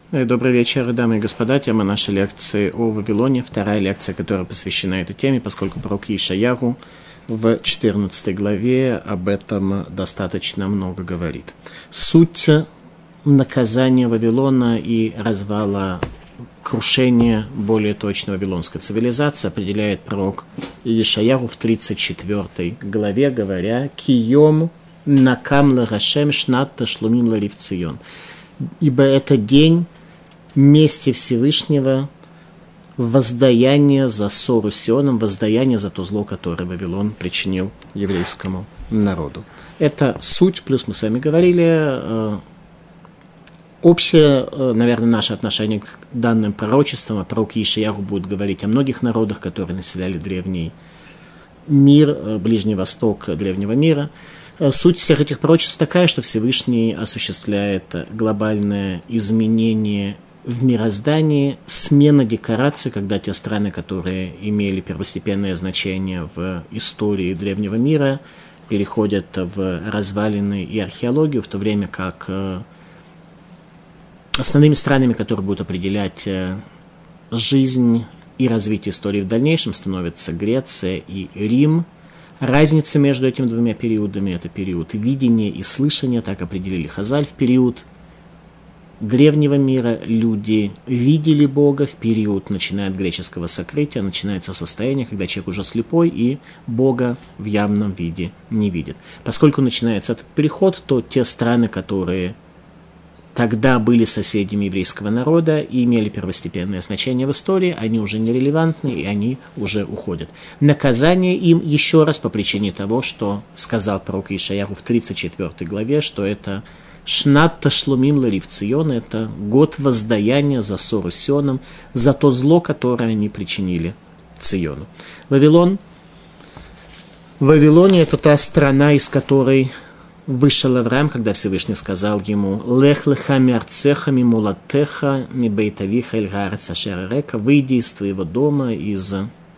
Добрый вечер, дамы и господа. Тема нашей лекции о Вавилоне. Вторая лекция, которая посвящена этой теме, поскольку пророк Ишаяху в 14 главе об этом достаточно много говорит. Суть наказания Вавилона и развала, крушения, более точно, вавилонской цивилизации определяет пророк Ишаяху в 34 главе, говоря: «Кием накам ларашем шнат ташлумим ларив цион». Ибо это день мести Всевышнего, воздаяние за ссору с Сионом, воздаяние за то зло, которое Вавилон причинил еврейскому народу. Это суть, плюс мы с вами говорили, общее, наверное, наше отношение к данным пророчествам. Пророк Ишаяху будет говорить о многих народах, которые населяли древний мир, Ближний Восток древнего мира. Суть всех этих пророчеств такая, что Всевышний осуществляет глобальное изменение в мироздании, смена декораций, когда те страны, которые имели первостепенное значение в истории древнего мира, переходят в развалины и археологию, в то время как основными странами, которые будут определять жизнь и развитие истории в дальнейшем, становятся Греция и Рим. Разница между этими двумя периодами – это период видения и слышания, так определили Хазаль. В период древнего мира люди видели Бога, в период, начиная от греческого сокрытия, начинается состояние, когда человек уже слепой и Бога в явном виде не видит. Поскольку начинается этот переход, то те страны, которые тогда были соседями еврейского народа и имели первостепенное значение в истории, они уже нерелевантны и они уже уходят. Наказание им еще раз по причине того, что сказал пророк Ишаяху в 34 главе, что это «Шнат ташлумим ларив цион», это год воздаяния за ссору с Сионом, за то зло, которое они причинили Циону. Вавилоне – это та страна, из которой вышел Авраам, когда Всевышний сказал ему: «Лех леха миарцеха мимулатеха мибейтавиха эль гаарец ашер арека», выйди из твоего дома, из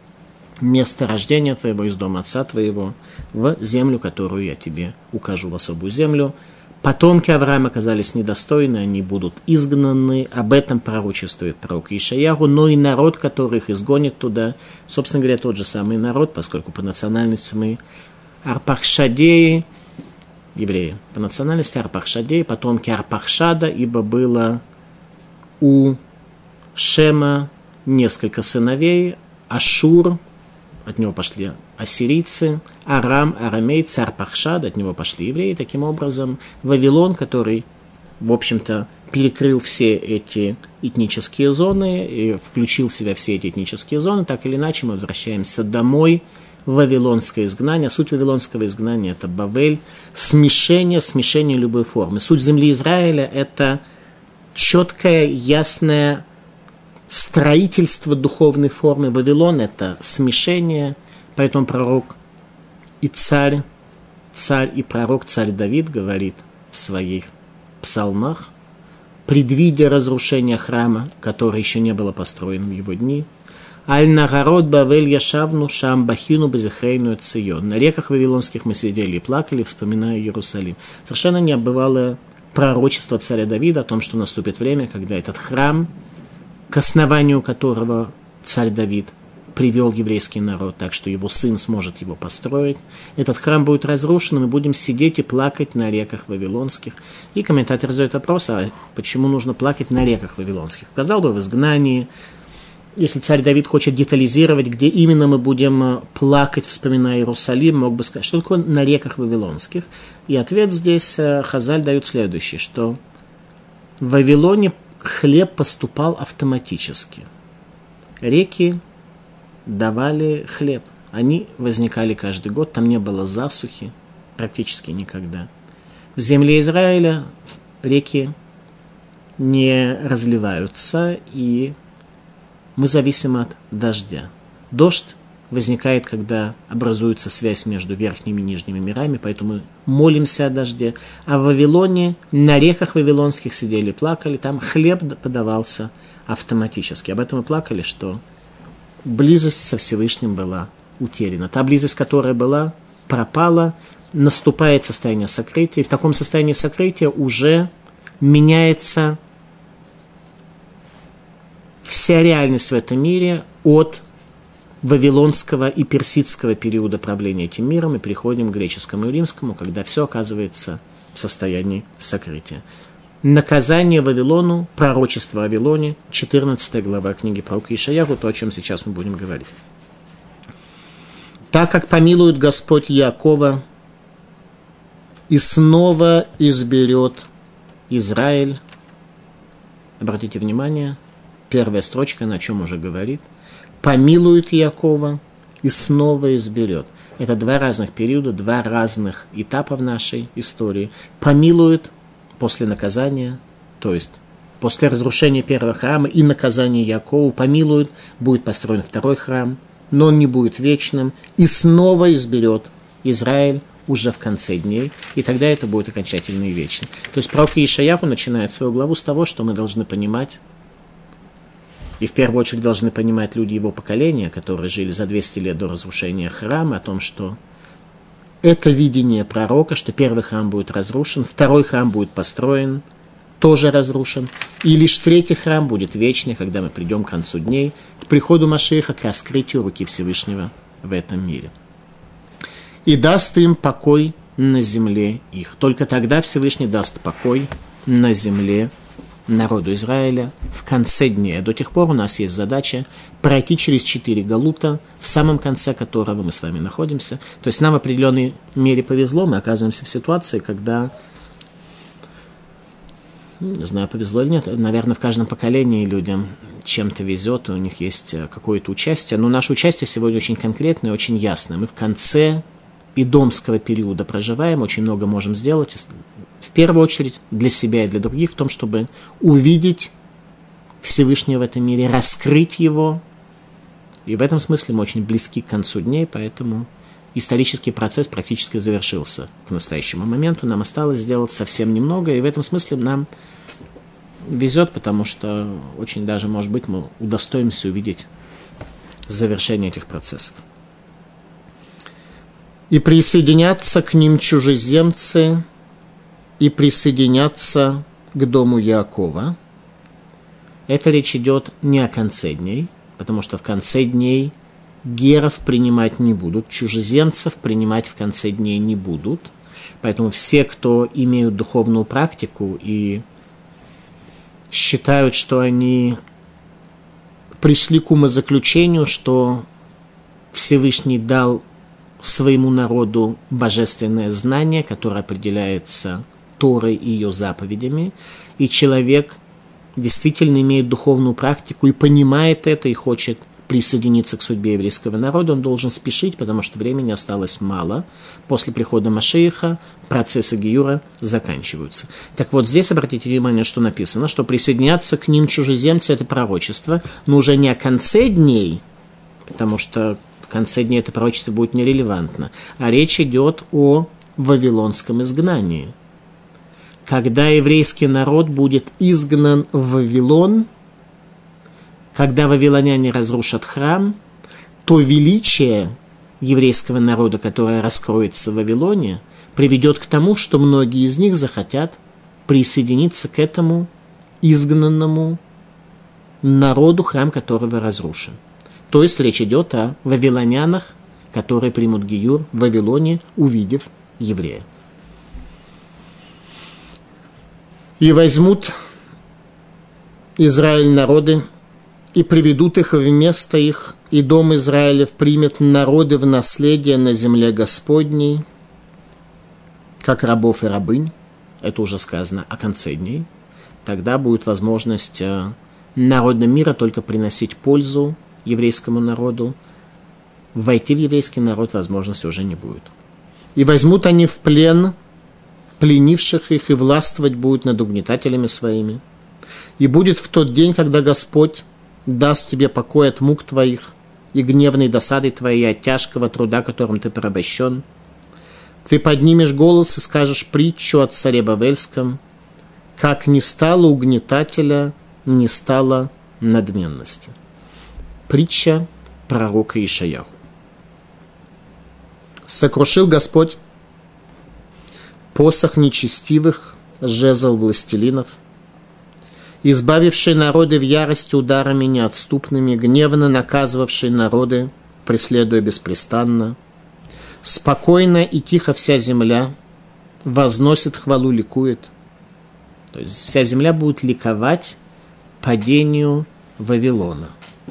места рождения твоего, из дома отца твоего, в землю, которую я тебе укажу, в особую землю. Потомки Авраама оказались недостойны, они будут изгнаны. Об этом пророчествует пророк Ишаяху, но и народ, который их изгонит туда, собственно говоря, тот же самый народ, поскольку по национальности мы Арпахшадеи, евреи, по национальности Арпахшадеи, потомки Арпахшада, ибо было у Шема несколько сыновей: Ашур, от него пошли ассирийцы, Арам, арамейцы, Арпахшад, от него пошли евреи. Таким образом, Вавилон, который, в общем-то, перекрыл все эти этнические зоны и включил в себя все эти этнические зоны, так или иначе мы возвращаемся домой. Вавилонское изгнание. Суть вавилонского изгнания – это Бавель, смешение любой формы. Суть земли Израиля – это четкое, ясное строительство духовной формы. Вавилон – это смешение, поэтому пророк и царь и пророк, царь Давид говорит в своих псалмах, предвидя разрушение храма, которое еще не было построено в его дни: «Аль-Нагарод Бавель Яшавну Шам Бахину Безехрейну Цион». На реках вавилонских мы сидели и плакали, вспоминая Иерусалим. Совершенно небывалое пророчество царя Давида о том, что наступит время, когда этот храм, к основанию которого царь Давид привел еврейский народ, так что его сын сможет его построить, этот храм будет разрушен, и мы будем сидеть и плакать на реках вавилонских. И комментатор задает вопрос: а почему нужно плакать на реках вавилонских? Сказал бы, в изгнании. Если царь Давид хочет детализировать, где именно мы будем плакать, вспоминая Иерусалим, мог бы сказать, что такое на реках вавилонских. И ответ здесь Хазаль дает следующий, что в Вавилоне хлеб поступал автоматически. Реки давали хлеб. Они возникали каждый год, там не было засухи практически никогда. В земле Израиля реки не разливаются, и мы зависим от дождя. Дождь возникает, когда образуется связь между верхними и нижними мирами, поэтому мы молимся о дожде. А в Вавилоне, на реках вавилонских сидели, плакали, там хлеб подавался автоматически. Об этом мы плакали, что близость со Всевышним была утеряна. Та близость, которая была, пропала, наступает состояние сокрытия, и в таком состоянии сокрытия уже меняется вся реальность в этом мире от вавилонского и персидского периода правления этим миром, и переходим к греческому и римскому, когда все оказывается в состоянии сокрытия. Наказание Вавилону, пророчество о Вавилоне, 14 глава книги пророка Ишаяху, то, о чем сейчас мы будем говорить. «Так как помилует Господь Яакова и снова изберет Израиль». Обратите внимание, первая строчка, на чем уже говорит. «Помилует Яакова и снова изберет». Это два разных периода, два разных этапа в нашей истории. Помилует после наказания, то есть после разрушения первого храма и наказания Яакова, помилует, будет построен второй храм, но он не будет вечным, и снова изберет Израиль уже в конце дней, и тогда это будет окончательно и вечно. То есть пророк Ишаяху начинает свою главу с того, что мы должны понимать, и в первую очередь должны понимать люди его поколения, которые жили за 200 лет до разрушения храма, о том, что это видение пророка, что первый храм будет разрушен, второй храм будет построен, тоже разрушен, и лишь третий храм будет вечный, когда мы придем к концу дней, к приходу Машиаха, к раскрытию руки Всевышнего в этом мире. И даст им покой на земле их. Только тогда Всевышний даст покой на земле народу Израиля в конце дней. До тех пор у нас есть задача пройти через 4 галута, в самом конце которого мы с вами находимся. То есть нам в определенной мере повезло, мы оказываемся в ситуации, когда, не знаю, повезло или нет, наверное, в каждом поколении людям чем-то везет, у них есть какое-то участие, но наше участие сегодня очень конкретное, очень ясное. Мы в конце идомского периода проживаем, очень много можем сделать, в первую очередь для себя и для других, в том, чтобы увидеть Всевышнего в этом мире, раскрыть его. И в этом смысле мы очень близки к концу дней, поэтому исторический процесс практически завершился к настоящему моменту. Нам осталось сделать совсем немного, и в этом смысле нам везет, потому что очень даже, может быть, мы удостоимся увидеть завершение этих процессов. «И присоединятся к ним чужеземцы, и присоединятся к дому Яакова». Это речь идет не о конце дней, потому что в конце дней геров принимать не будут, чужеземцев принимать в конце дней не будут. Поэтому все, кто имеют духовную практику и считают, что они пришли к умозаключению, что Всевышний дал своему народу божественное знание, которое определяется Торой и ее заповедями, и человек действительно имеет духовную практику и понимает это, и хочет присоединиться к судьбе еврейского народа, он должен спешить, потому что времени осталось мало. После прихода Машиаха процессы гиюра заканчиваются. Так вот, здесь обратите внимание, что написано, что присоединяться к ним чужеземцы – это пророчество, но уже не о конце дней, потому что в конце дней это пророчество будет нерелевантно, а речь идет о вавилонском изгнании. Когда еврейский народ будет изгнан в Вавилон, когда вавилоняне разрушат храм, то величие еврейского народа, которое раскроется в Вавилоне, приведет к тому, что многие из них захотят присоединиться к этому изгнанному народу, храм которого разрушен. То есть речь идет о вавилонянах, которые примут гиюр в Вавилоне, увидев еврея. «И возьмут Израиль народы, и приведут их вместо их, и дом Израилев примет народы в наследие на земле Господней, как рабов и рабынь». Это уже сказано о конце дней. Тогда будет возможность народам мира только приносить пользу еврейскому народу. Войти в еврейский народ возможности уже не будет. «И возьмут они в плен пленивших их, и властвовать будут над угнетателями своими. И будет в тот день, когда Господь даст тебе покой от мук твоих, и гневной досады твоей, от тяжкого труда, которым ты порабощен. Ты поднимешь голос и скажешь притчу о царе Бавельском, как не стало угнетателя, не стало надменности». Притча пророка Ишаяху. «Сокрушил Господь посох нечестивых, жезл властелинов, избавивший народы в ярости ударами неотступными, гневно наказывавший народы, преследуя беспрестанно. Спокойно и тихо вся земля возносит хвалу, ликует. То есть вся земля будет ликовать падению Вавилона.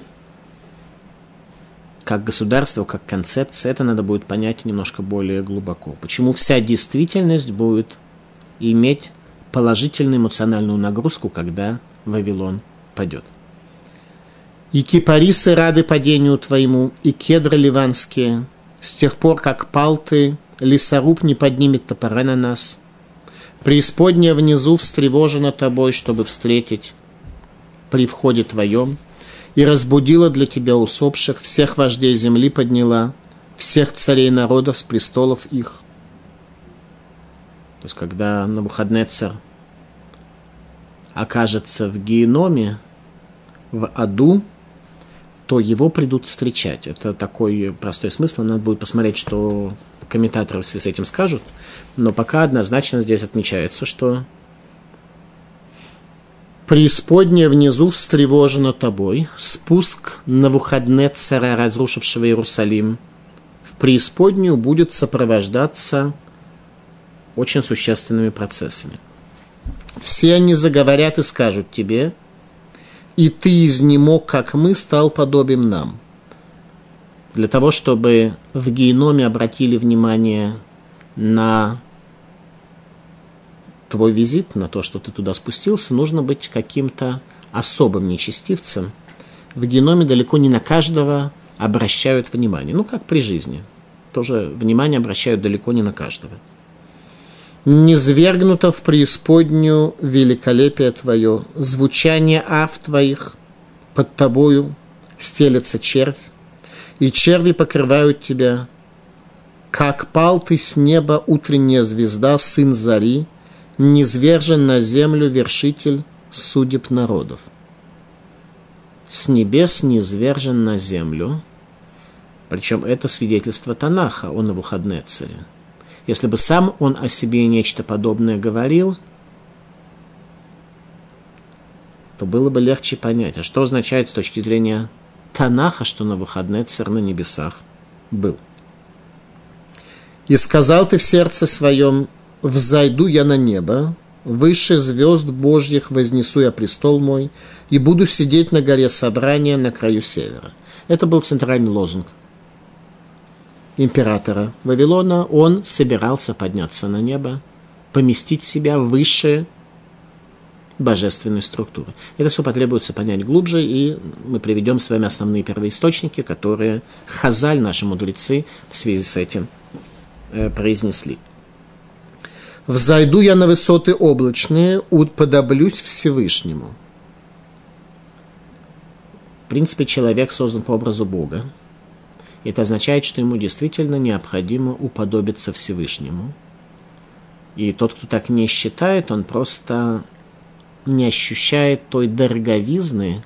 Как государство, как концепция, это надо будет понять немножко более глубоко. Почему вся действительность будет иметь положительную эмоциональную нагрузку, когда Вавилон падет. И кипарисы рады падению твоему, и кедры ливанские, с тех пор, как пал ты, лесоруб не поднимет топора на нас. Преисподняя внизу встревожена тобой, чтобы встретить при входе твоем, и разбудила для тебя усопших, всех вождей земли подняла, всех царей народов с престолов их. То есть, когда Навуходнецар окажется в геноме, в аду, то его придут встречать. Это такой простой смысл. Надо будет посмотреть, что комментаторы с этим скажут. Но пока однозначно здесь отмечается, что преисподняя внизу встревожена тобой. Спуск Навуходнецара, разрушившего Иерусалим, в преисподнюю будет сопровождаться очень существенными процессами. Все они заговорят и скажут тебе: и ты изнемог, как мы, стал подобен нам. Для того, чтобы в геноме обратили внимание на твой визит, на то, что ты туда спустился, нужно быть каким-то особым нечестивцем. В геноме далеко не на каждого обращают внимание. Ну, как при жизни. Тоже внимание обращают далеко не на каждого. Низвергнуто в преисподнюю великолепие твое, звучание ав твоих, под тобою стелется червь, и черви покрывают тебя. Как пал ты с неба, утренняя звезда, сын зари, низвержен на землю вершитель судеб народов. С небес низвержен на землю, причем это свидетельство Танаха о Навуходнецаре. Если бы сам он о себе нечто подобное говорил, то было бы легче понять, а что означает с точки зрения Танаха, что Навуходнецар на небесах был. «И сказал ты в сердце своем: взойду я на небо, выше звезд Божьих вознесу я престол мой, и буду сидеть на горе собрания на краю севера». Это был центральный лозунг императора Вавилона. Он собирался подняться на небо, поместить себя выше божественной структуры. Это все потребуется понять глубже, и мы приведем с вами основные первоисточники, которые Хазаль, наши мудрецы, в связи с этим произнесли. «Взойду я на высоты облачные, уподоблюсь Всевышнему». В принципе, человек создан по образу Бога. Это означает, что ему действительно необходимо уподобиться Всевышнему. И тот, кто так не считает, он просто не ощущает той дороговизны,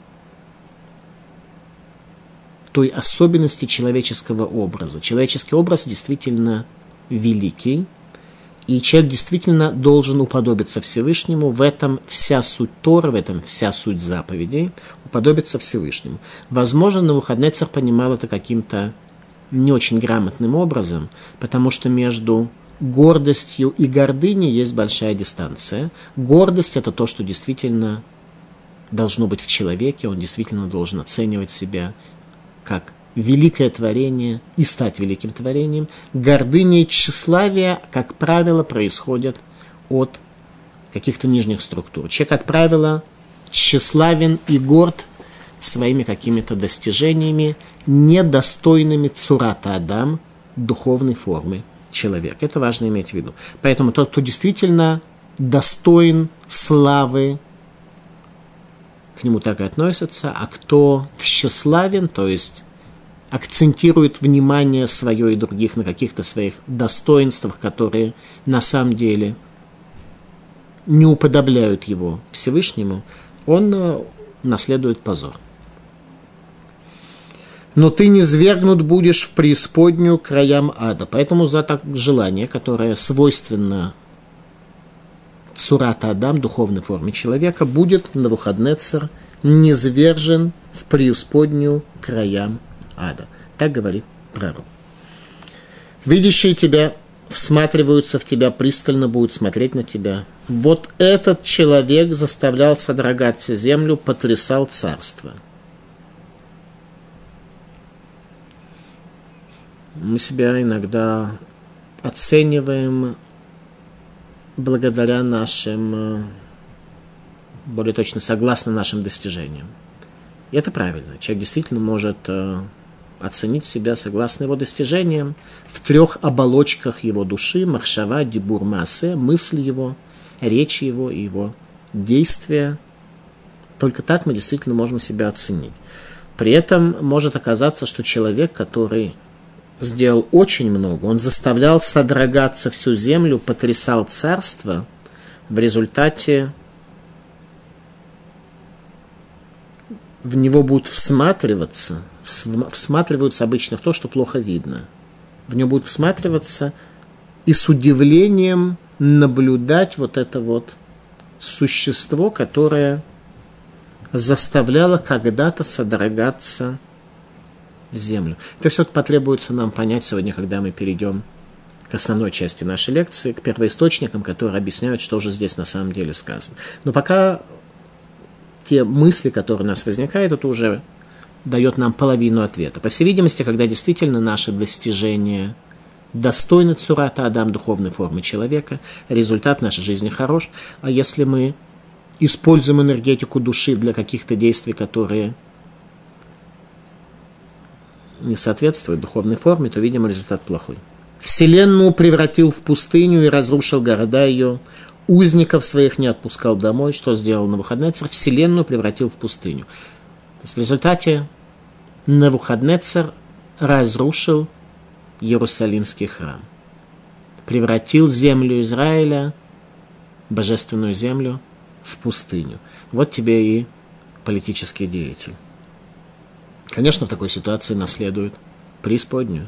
той особенности человеческого образа. Человеческий образ действительно великий, и человек действительно должен уподобиться Всевышнему. В этом вся суть Торы, в этом вся суть заповедей, уподобиться Всевышнему. Возможно, Навуходнецар понимал это каким-то не очень грамотным образом, потому что между гордостью и гордыней есть большая дистанция. Гордость – это то, что действительно должно быть в человеке, он действительно должен оценивать себя как великое творение и стать великим творением. Гордыня и тщеславие, как правило, происходят от каких-то нижних структур. Человек, как правило, тщеславен и горд своими какими-то достижениями, недостойными цурата Адам, духовной формы человека. Это важно иметь в виду. Поэтому тот, кто действительно достоин славы, к нему так и относятся, а кто тщеславен, то есть акцентирует внимание свое и других на каких-то своих достоинствах, которые на самом деле не уподобляют его Всевышнему, он наследует позор. «Но ты низвергнут будешь в преисподнюю краям ада». Поэтому за так желание, которое свойственно Цурат Адам, духовной форме человека, будет Навуходнецер низвержен в преисподнюю краям ада. Так говорит пророк. Видящие тебя всматриваются в тебя, пристально будут смотреть на тебя. Вот этот человек заставлял содрогаться землю, потрясал царство. Мы себя иногда оцениваем благодаря нашим, более точно, согласно нашим достижениям. И это правильно. Человек действительно может оценить себя согласно его достижениям в 3 оболочках его души: махшава, дибур, маасе, мысль его, речь его и его действия. Только так мы действительно можем себя оценить. При этом может оказаться, что человек, который сделал очень много, он заставлял содрогаться всю землю, потрясал царство, в результате в него будут всматриваются обычно в то, что плохо видно. В него будут всматриваться и с удивлением наблюдать вот это вот существо, которое заставляло когда-то содрогаться землю. Это все потребуется нам понять сегодня, когда мы перейдем к основной части нашей лекции, к первоисточникам, которые объясняют, что же здесь на самом деле сказано. Но пока те мысли, которые у нас возникают, это уже дает нам половину ответа. По всей видимости, когда действительно наши достижения достойны цурата Адам, духовной формы человека, результат нашей жизни хорош. А если мы используем энергетику души для каких-то действий, которые не соответствуют духовной форме, то, видимо, результат плохой. Вселенную превратил в пустыню и разрушил города ее. Узников своих не отпускал домой. Что сделал Навуходнецер? Вселенную превратил в пустыню. То есть в результате Навуходнецер разрушил Иерусалимский храм. Превратил землю Израиля, божественную землю, в пустыню. Вот тебе и политический деятель. Конечно, в такой ситуации наследует преисподнюю.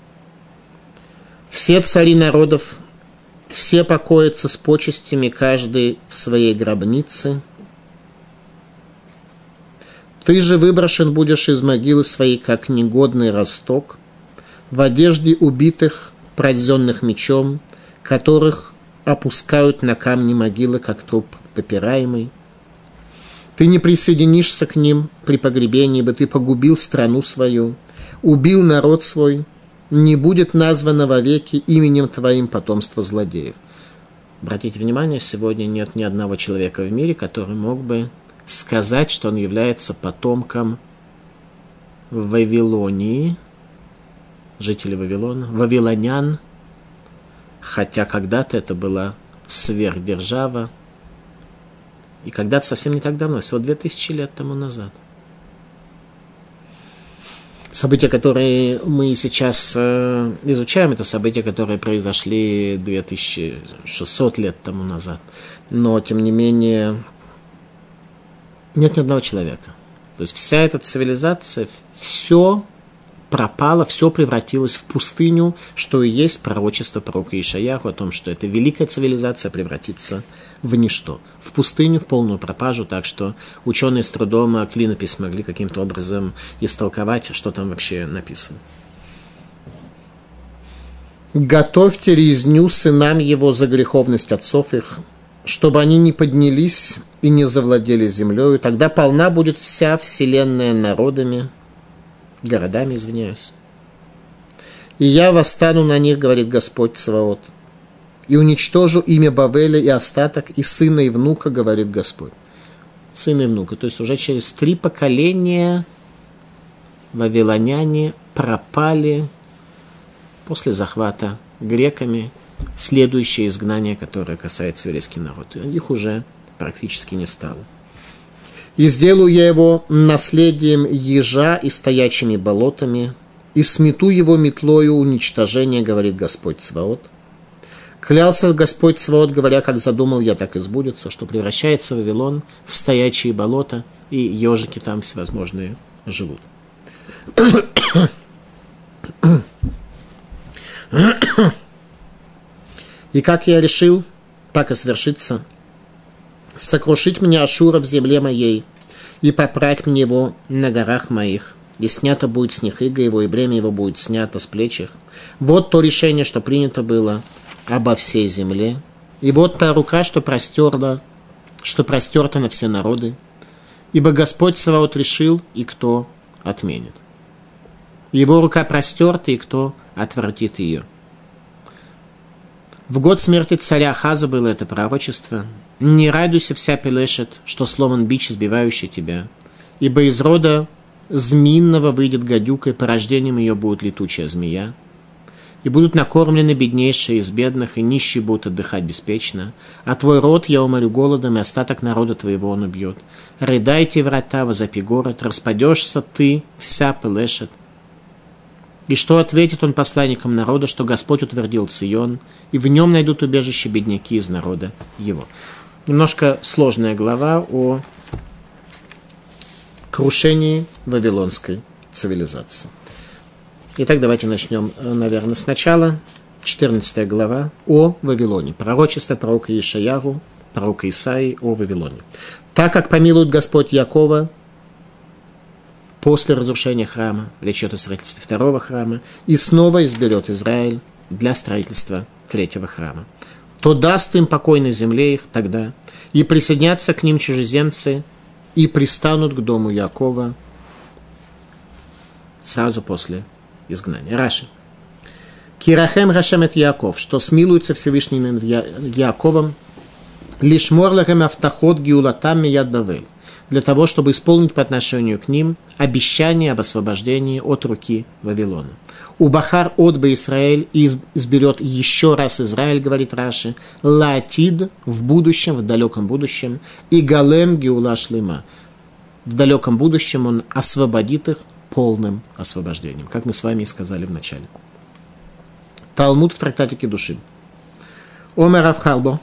Все цари народов, все покоятся с почестями, каждый в своей гробнице. Ты же выброшен будешь из могилы своей, как негодный росток, в одежде убитых, пронзенных мечом, которых опускают на камни могилы, как труп попираемый. Ты не присоединишься к ним при погребении, ибо ты погубил страну свою, убил народ свой, не будет названо вовеки именем твоим потомство злодеев. Обратите внимание, сегодня нет ни одного человека в мире, который мог бы сказать, что он является потомком Вавилонии, жителей Вавилона, вавилонян, хотя когда-то это была сверхдержава, и когда-то совсем не так давно, всего 2000 лет тому назад. События, которые мы сейчас изучаем, это события, которые произошли 2600 лет тому назад. Но, тем не менее, нет ни одного человека. То есть вся эта цивилизация, все пропало, все превратилось в пустыню, что и есть пророчество пророка Ишаяху о том, что эта великая цивилизация превратится в ничто, в пустыню, в полную пропажу, так что ученые с трудом клинопись могли каким-то образом истолковать, что там вообще написано. «Готовьте резню сынам его за греховность отцов их, чтобы они не поднялись и не завладели землею, тогда полна будет вся вселенная народами, городами, извиняюсь. И я восстану на них, говорит Господь Цаваот, и уничтожу имя Бавеля и остаток, и сына, и внука, говорит Господь». Сына и внука. То есть уже через 3 поколения вавилоняне пропали после захвата греками, следующее изгнание, которое касается еврейский народ. Их уже практически не стало. «И сделаю я его наследием ежа и стоячими болотами, и смету его метлою уничтожения, говорит Господь Цаваот. Клялся Господь Цаваот, говоря, как задумал я, так и сбудется, что превращается Вавилон в стоячие болота, и ежики там всевозможные живут». «И как я решил, пока свершится, сокрушить мне Ашура в земле моей, и попрать мне его на горах моих, и снято будет с них иго его, и бремя его будет снято с плеч их. Вот то решение, что принято было обо всей земле, и вот та рука, что простерта на все народы, ибо Господь Саваот решил, и кто отменит. Его рука простерта, и кто отвратит ее. В год смерти царя Ахаза было это пророчество. Не радуйся вся Пелешет, что сломан бич, сбивающий тебя, ибо из рода змеиного выйдет гадюка, и порождением ее будет летучая змея. И будут накормлены беднейшие из бедных, и нищие будут отдыхать беспечно. А твой род я уморю голодом, и остаток народа твоего он убьет. Рыдайте, врата, возопи город, распадешься ты, вся Пелешет. И что ответит он посланникам народа, что Господь утвердил Цион, и в нем найдут убежище бедняки из народа его. Немножко сложная глава о крушении вавилонской цивилизации. Итак, давайте начнем, наверное, сначала. 14 глава о Вавилоне. Пророчество пророка Ишаяху, пророка Исаии о Вавилоне. Так как помилует Господь Якова после разрушения храма, речь идет о строительстве второго храма, и снова изберет Израиль для строительства третьего храма, то даст им покой на земле их тогда, и присоединятся к ним чужеземцы, и пристанут к дому Якова сразу после изгнания. Раши. Кирахем Рашем эт Яков, что смилуется Всевышний над Яковом, лишь морлахем автоход гиулатам мияд Бавель, для того, чтобы исполнить по отношению к ним обещание об освобождении от руки Вавилона. Убахар отбе Исраэль, изберет еще раз Израиль, говорит Раши, лаатид, в будущем, в далеком будущем, и галем геула шлема, в далеком будущем он освободит их полным освобождением, как мы с вами и сказали в начале. Талмуд в трактате Кедушин. Омер Авхалбо.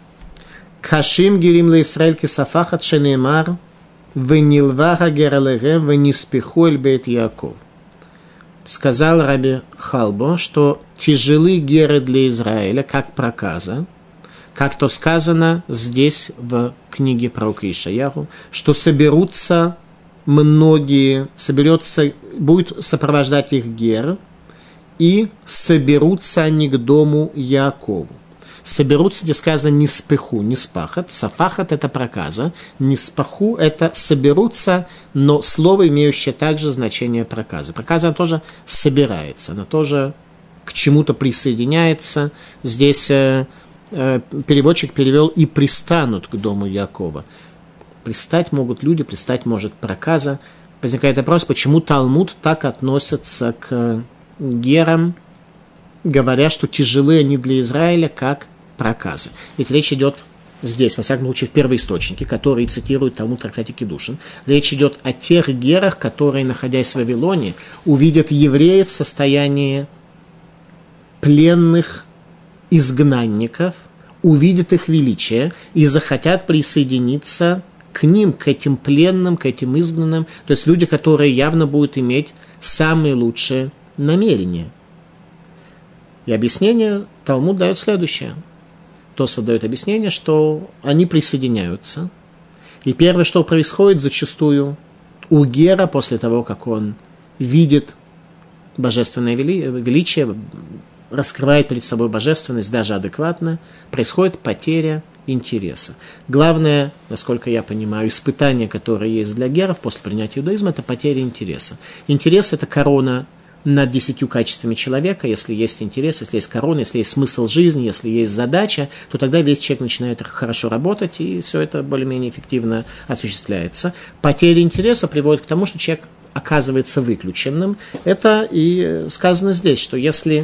Кашим гирим ле Исраэль кисафахат шенемар венилваха гералегем вениспиху эль бейт Яков. Сказал Раби Халбо, что тяжелы геры для Израиля, как проказа, как то сказано здесь в книге пророка Ишаяху, что соберутся многие, будет сопровождать их гер, и соберутся они к дому Якову. Соберутся, здесь сказано, не спеху, не спахат. Сафахат – это проказа. Не спаху – это соберутся, но слово, имеющее также значение проказы. Проказа она тоже собирается, она тоже к чему-то присоединяется. Здесь переводчик перевел «и пристанут к дому Якова». Пристать могут люди, пристать может проказа. Возникает вопрос, почему Талмуд так относится к герам, говоря, что тяжелы они для Израиля, как проказы. Ведь речь идет здесь, во всяком случае, в первоисточнике, которые цитируют Талмуд в трактате Кедушин. Речь идет о тех герах, которые, находясь в Вавилоне, увидят евреев в состоянии пленных изгнанников, увидят их величие и захотят присоединиться к ним, к этим пленным, к этим изгнанным. То есть люди, которые явно будут иметь самые лучшие намерения. И объяснение Талмуд дает следующее. Тосфот дает объяснение, что они присоединяются. И первое, что происходит зачастую у гера, после того, как он видит божественное величие, раскрывает перед собой божественность даже адекватно, происходит потеря интереса. Главное, насколько я понимаю, испытание, которое есть для геров после принятия иудаизма, это потеря интереса. Интерес – это корона над 10 качествами человека. Если есть интерес, если есть корона, если есть смысл жизни, если есть задача, то тогда весь человек начинает хорошо работать, и все это более-менее эффективно осуществляется. Потеря интереса приводит к тому, что человек оказывается выключенным. Это и сказано здесь, что если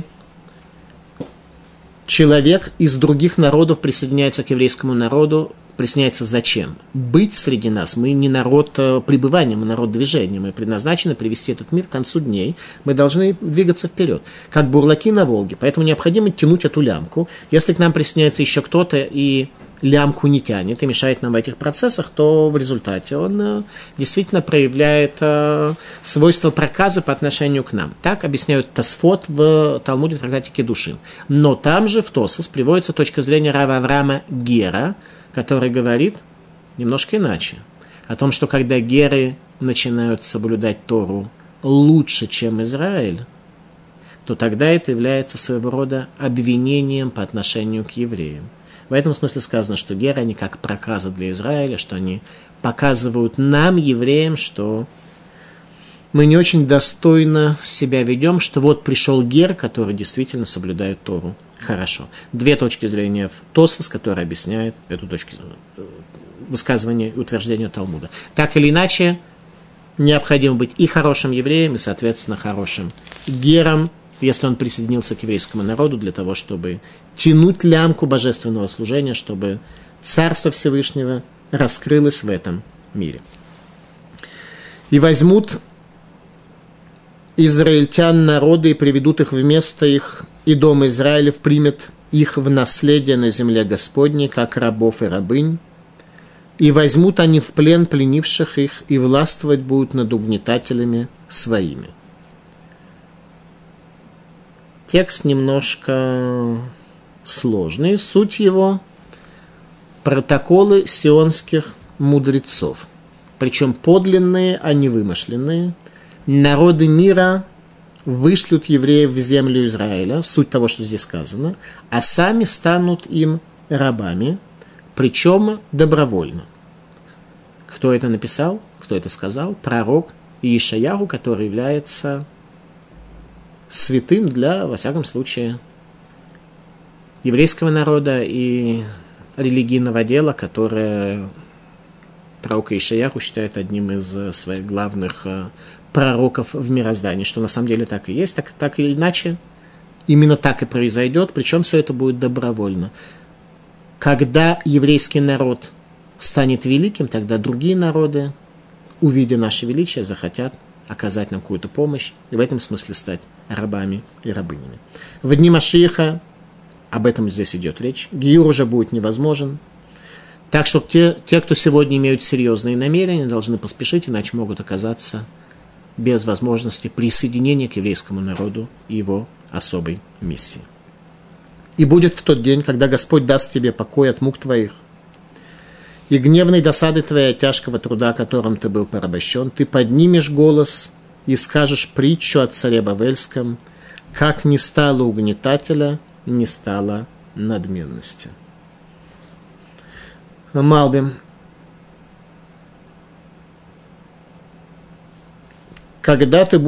человек из других народов присоединяется к еврейскому народу, присоединяется зачем? Быть среди нас. Мы не народ пребывания, мы народ движения. Мы предназначены привести этот мир к концу дней. Мы должны двигаться вперед, как бурлаки на Волге. Поэтому необходимо тянуть эту лямку. Если к нам присоединяется еще кто-то и лямку не тянет и мешает нам в этих процессах, то в результате он действительно проявляет свойства проказа по отношению к нам. Так объясняют Тосфот в Талмуде в трактате Кедушин. Но там же в Тосфос приводится точка зрения Рава Авраама Гера, который говорит немножко иначе. О том, что когда геры начинают соблюдать Тору лучше, чем Израиль, то тогда это является своего рода обвинением по отношению к евреям. В этом смысле сказано, что геры, они как проказа для Израиля, что они показывают нам, евреям, что мы не очень достойно себя ведем, что вот пришел гер, который действительно соблюдает Тору хорошо. Две точки зрения в Тосфос, который объясняет эту точку высказывания и утверждения Талмуда. Так или иначе, необходимо быть и хорошим евреем, и, соответственно, хорошим гером, если он присоединился к еврейскому народу, для того, чтобы тянуть лямку божественного служения, чтобы Царство Всевышнего раскрылось в этом мире. И возьмут израильтян народы и приведут их вместо их, и дом Израилев примет их в наследие на земле Господней, как рабов и рабынь, и возьмут они в плен пленивших их, и властвовать будут над угнетателями своими. Текст немножко сложный. Суть его – протоколы сионских мудрецов. Причем подлинные, а не вымышленные. Народы мира вышлют евреев в землю Израиля, суть того, что здесь сказано, а сами станут им рабами, причем добровольно. Кто это написал? Кто это сказал? Пророк Иешаяху, который является святым для, во всяком случае, еврейского народа и религийного дела, которое пророк Иешаяху считает одним из своих главных пророков в мироздании, что на самом деле так и есть, так или иначе, именно так и произойдет, причем все это будет добровольно. Когда еврейский народ станет великим, тогда другие народы, увидя наше величие, захотят оказать нам какую-то помощь и в этом смысле стать рабами и рабынями. В дни Машиаха, об этом здесь идет речь, гиюр уже будет невозможен. Так что те, кто сегодня имеют серьезные намерения, должны поспешить, иначе могут оказаться без возможности присоединения к еврейскому народу и его особой миссии. И будет в тот день, когда Господь даст тебе покой от мук твоих, и гневной досады твоей от тяжкого труда, которым ты был порабощен, ты поднимешь голос и скажешь притчу о царе Бавельском, как не стало угнетателя, не стало надменности. Малбим. Когда ты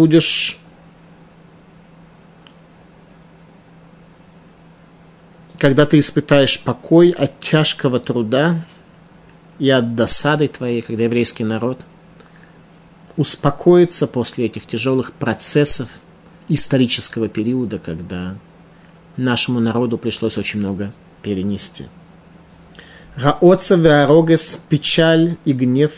испытаешь покой от тяжкого труда и от досады твоей, когда еврейский народ успокоится после этих тяжелых процессов исторического периода, когда нашему народу пришлось очень много перенести. Раоца веарогес, печаль и гнев,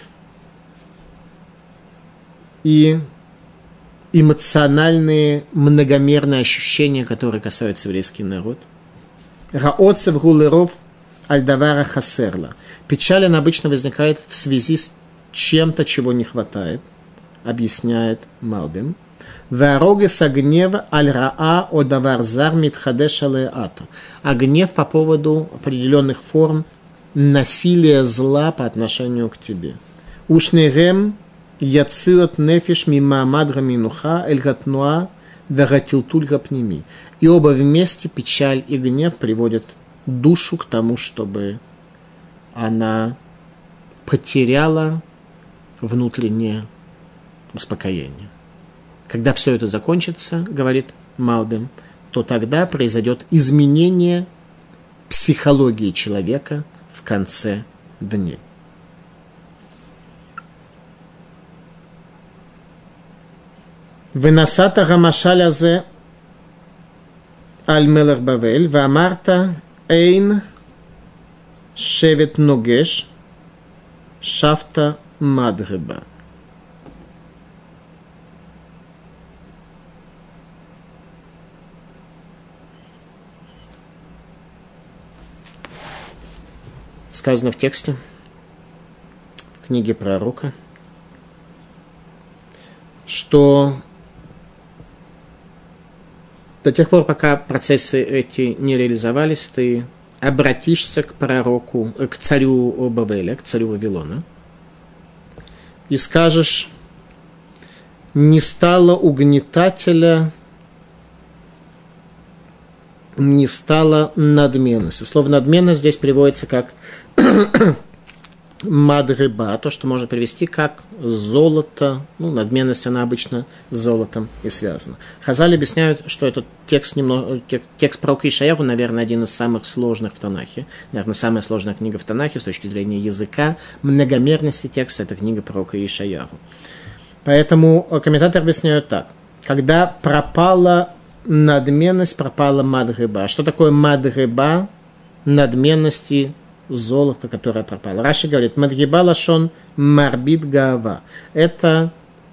и эмоциональные многомерные ощущения, которые касаются еврейский народ. Раоца вгулеров альдавара хасерла. Печаль, она обычно возникает в связи с чем-то, чего не хватает, объясняет Малбим. Веарогес гнев аль-раа одавар зар митхадеш алеату. А гнев по поводу определенных форм насилия зла по отношению к тебе. Ушнегем яциот нефиш мимаамад гаминуха эль гатнуа вегатилтуль гапними. И оба вместе, печаль и гнев, приводят душу к тому, чтобы она потеряла внутреннее успокоение. Когда все это закончится, говорит Малбим, то тогда произойдет изменение психологии человека в конце дней. Венасата гамашаль азе аль мелех Бавель, ваамарта эйн шевет ногеш шафта мадреба. сказано в тексте, в книге пророка, что до тех пор, пока процессы эти не реализовались, ты обратишься к пророку, к царю Бавеля, к царю Вавилона, и скажешь: не стало угнетателя, не стало надменности. Слово надменность здесь приводится как мадгеба, то, что можно привести как золото. Ну, надменность, она обычно с золотом и связана. Хазаль объясняют, что этот текст пророка Ишаяху, наверное, один из самых сложных в Танахе. Наверное, самая сложная книга в Танахе с точки зрения языка, многомерности текста, это книга пророка Ишаяху. Поэтому комментаторы объясняют так. Когда пропала надменность, пропала мадгеба. Что такое мадгеба? Надменности, золото, которое пропало. Раши говорит: мадгеба лашон марбит гаава. Это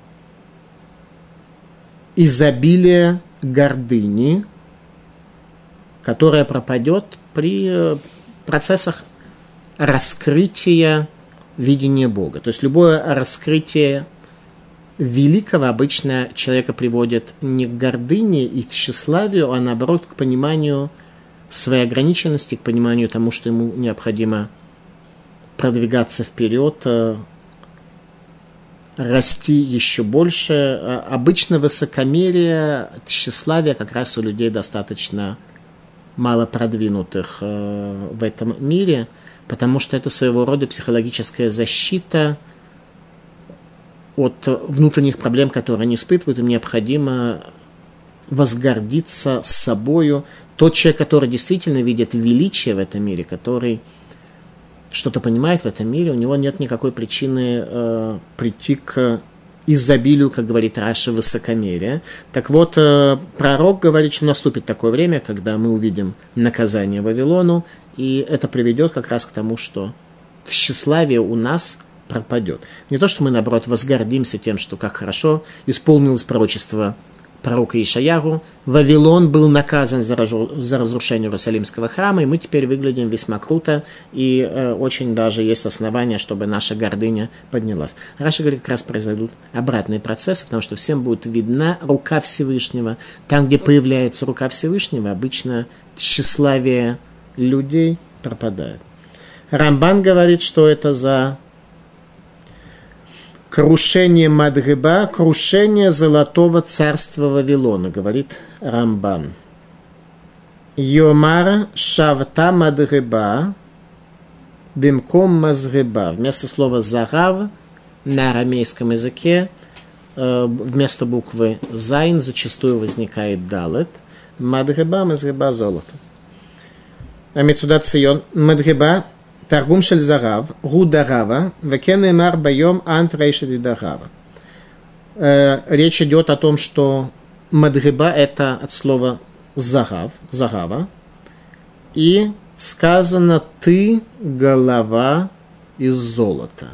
изобилие гордыни, которое пропадет при процессах раскрытия видения Бога. То есть любое раскрытие великого обычно человека приводит не к гордыне и к тщеславию, а наоборот к пониманию своей ограниченности, к пониманию тому, что ему необходимо продвигаться вперед, расти еще больше. Обычно высокомерие, тщеславие как раз у людей достаточно мало продвинутых в этом мире, потому что это своего рода психологическая защита от внутренних проблем, которые они испытывают. Им необходимо возгордиться собою. Тот человек, который действительно видит величие в этом мире, который что-то понимает в этом мире, у него нет никакой причины прийти к изобилию, как говорит Раши, высокомерия. Так вот, пророк говорит, что наступит такое время, когда мы увидим наказание Вавилону, и это приведет как раз к тому, что тщеславие у нас пропадет. Не то, что мы, наоборот, возгордимся тем, что как хорошо исполнилось пророчество пророка Ишаяху, Вавилон был наказан за разрушение Иерусалимского храма, и мы теперь выглядим весьма круто, и очень даже есть основания, чтобы наша гордыня поднялась. Раши говорит, как раз произойдут обратные процессы, потому что всем будет видна рука Всевышнего. Там, где появляется рука Всевышнего, обычно тщеславие людей пропадает. Рамбан говорит, что это за крушение Мадгеба, крушение золотого царства Вавилона, говорит Рамбан. Йомар шавта Мадгеба бимком Мазгеба. Вместо слова загав на арамейском языке вместо буквы зайн зачастую возникает далет. Мадгеба, Мазгеба, золото. Амицудат Сион. Мадгеба Таргум шель загав, гударава, векенемар байом ант рейшеди дарава. Речь идет о том, что мадгеба это от слова загава, и сказано ты голова из золота.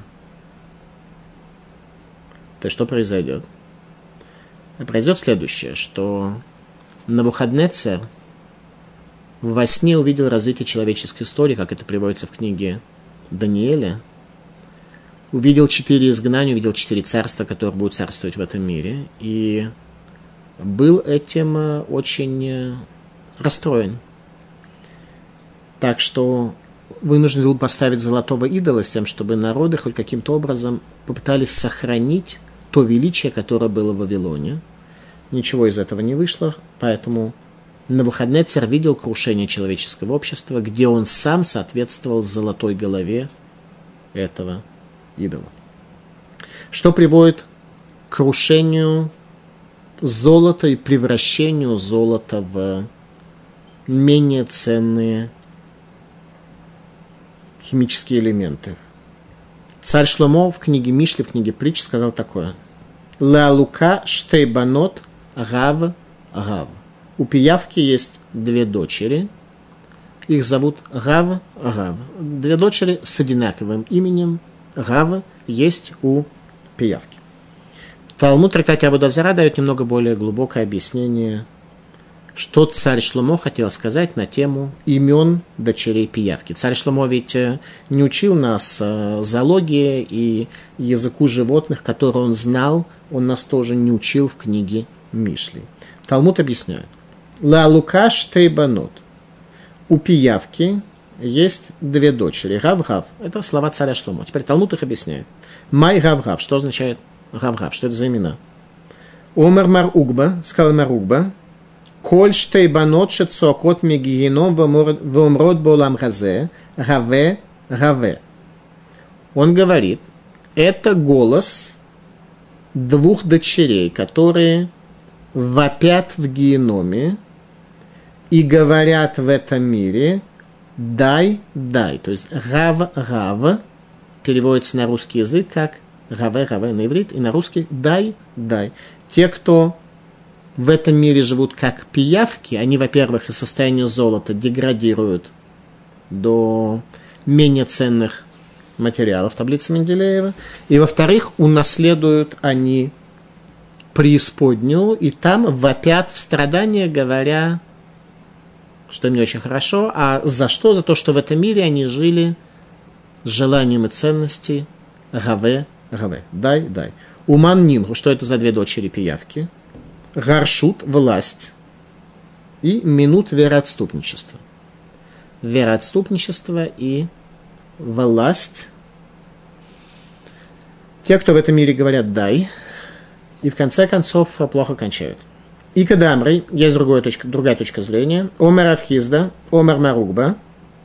То есть что произойдет? Произойдет следующее, что Навуходнецер во сне увидел развитие человеческой истории, как это приводится в книге Даниэля. Увидел 4 изгнания, увидел 4 царства, которые будут царствовать в этом мире. И был этим очень расстроен. Так что вынужден был поставить золотого идола с тем, чтобы народы хоть каким-то образом попытались сохранить то величие, которое было в Вавилоне. Ничего из этого не вышло, поэтому Навуходнецер видел крушение человеческого общества, где он сам соответствовал золотой голове этого идола. Что приводит к крушению золота и превращению золота в менее ценные химические элементы. Царь Шломо в книге Мишли, в книге Притч сказал такое: «Ла лука штейбанот гав гав». У пиявки есть 2 дочери, их зовут Гав, Гав. 2 дочери с одинаковым именем Гав есть у пиявки. Талмуд в трактате Авода Зара дает немного более глубокое объяснение что царь Шломо хотел сказать на тему имен дочерей пиявки. Царь Шломо ведь не учил нас зоологии и языку животных, которые он знал, он нас тоже не учил в книге Мишли. Талмуд объясняет. Ла лука штейбанот. У пиявки есть две дочери. Гав-гав. Это слова царя Шломо. Теперь Талмуд их объясняет. Май гав-гав. Что означает гав-гав? Что это за имена? Омар Маругба. Сказал Маругба. Коль штейбанот шецуакот мегиеном вомрот болам газе. Гаве, гаве. Он говорит, это голос двух дочерей, которые вопят в геноме и говорят в этом мире «дай, дай». То есть «гав-гав» переводится на русский язык как «гаве-гаве» на иврит, и на русский «дай, дай». Те, кто в этом мире живут как пиявки, они, во-первых, из состояния золота деградируют до менее ценных материалов таблицы Менделеева, и, во-вторых, унаследуют они преисподнюю, и там вопят в страдания, говоря, что им не очень хорошо, а за что? За то, что в этом мире они жили с желанием и ценностей гаве, гаве, дай, дай. Уман нимру, что это за две дочери пиявки? Гаршут, власть, и минут вероотступничества. Вероотступничество и власть. Те, кто в этом мире говорят «дай», и в конце концов плохо кончают. И кадамры, есть другая точка зрения. Омер Авхизда, Омер Маругба.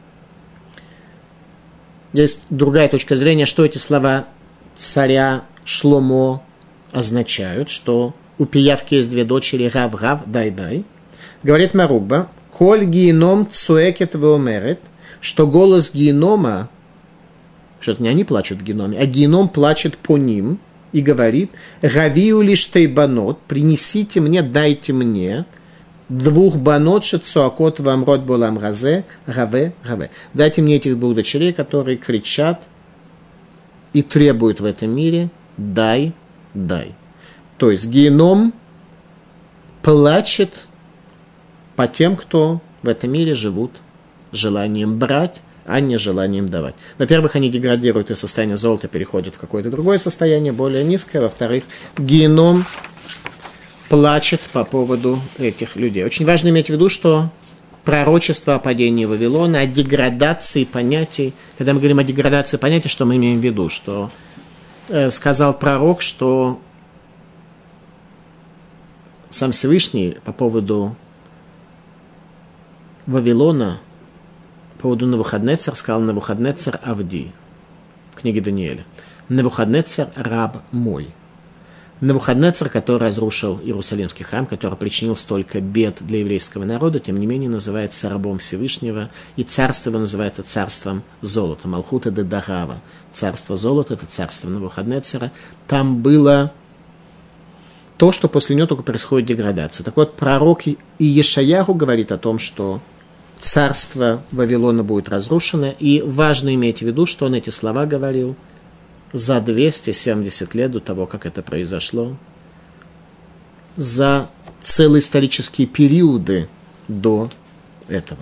Есть другая точка зрения, что эти слова царя Шломо означают, что у пиявки есть две дочери, гав-гав, дай-дай. Говорит Маругба, коль геном цуэкет веомерет, что голос генома, что-то не они плачут в геноме, а геном плачет по ним и говорит, гавию лишь тейбанот, принесите мне, дайте мне двух банот шецуакот вамрот болам газе, гаве, гаве. Дайте мне этих двух дочерей, которые кричат и требуют в этом мире дай, дай. То есть геном плачет по тем, кто в этом мире живут желанием брать, а не желанием давать. Во-первых, они деградируют из состояния золота, переходят в какое-то другое состояние, более низкое. Во-вторых, геном плачет по поводу этих людей. Очень важно иметь в виду, что пророчество о падении Вавилона, о деградации понятий. Когда мы говорим о деградации понятий, что мы имеем в виду? Что сказал пророк, что сам Всевышний по поводу Вавилона, по поводу Навуходнецар, сказал Навуходнецар Авди в книге Даниэля. Навуходнецар раб мой. Навуходнецар, который разрушил Иерусалимский храм, который причинил столько бед для еврейского народа, тем не менее называется рабом Всевышнего, и царство его называется царством золота, Малхута де Дагава. Царство золота – это царство Навуходнецара. Там было то, что после него только происходит деградация. Так вот, пророк Иешаяху говорит о том, что царство Вавилона будет разрушено, и важно иметь в виду, что он эти слова говорил за 270 лет до того, как это произошло, за целые исторические периоды до этого.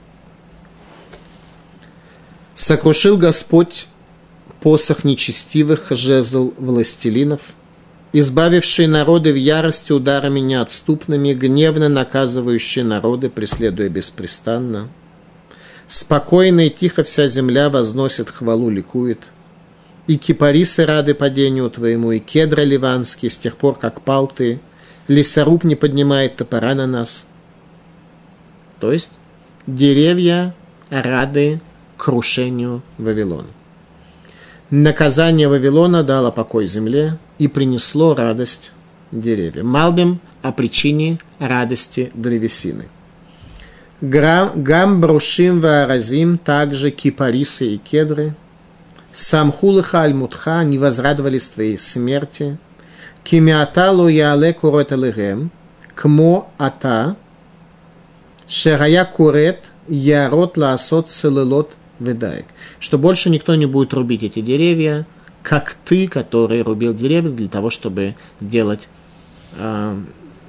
«Сокрушил Господь посох нечестивых, жезл властелинов, избавивший народы в ярости ударами неотступными, гневно наказывающие народы, преследуя беспрестанно. Спокойно и тихо вся земля возносит хвалу, ликует. И кипарисы рады падению твоему, и кедра ливанский, с тех пор, как пал ты, лесоруб не поднимает топора на нас». То есть деревья рады крушению Вавилона. Наказание Вавилона дало покой земле и принесло радость деревьям. Малбим о причине радости древесины. Гам брушим вааразим, также кипарисы и кедры. Самхулыха аль-мутха, не возрадовались твоей смерти. Кимиаталу яале курет алыгем, кмо ата, шерая курет ярот лаасот целылот ведаек. Что больше никто не будет рубить эти деревья, как ты, который рубил деревья для того, чтобы делать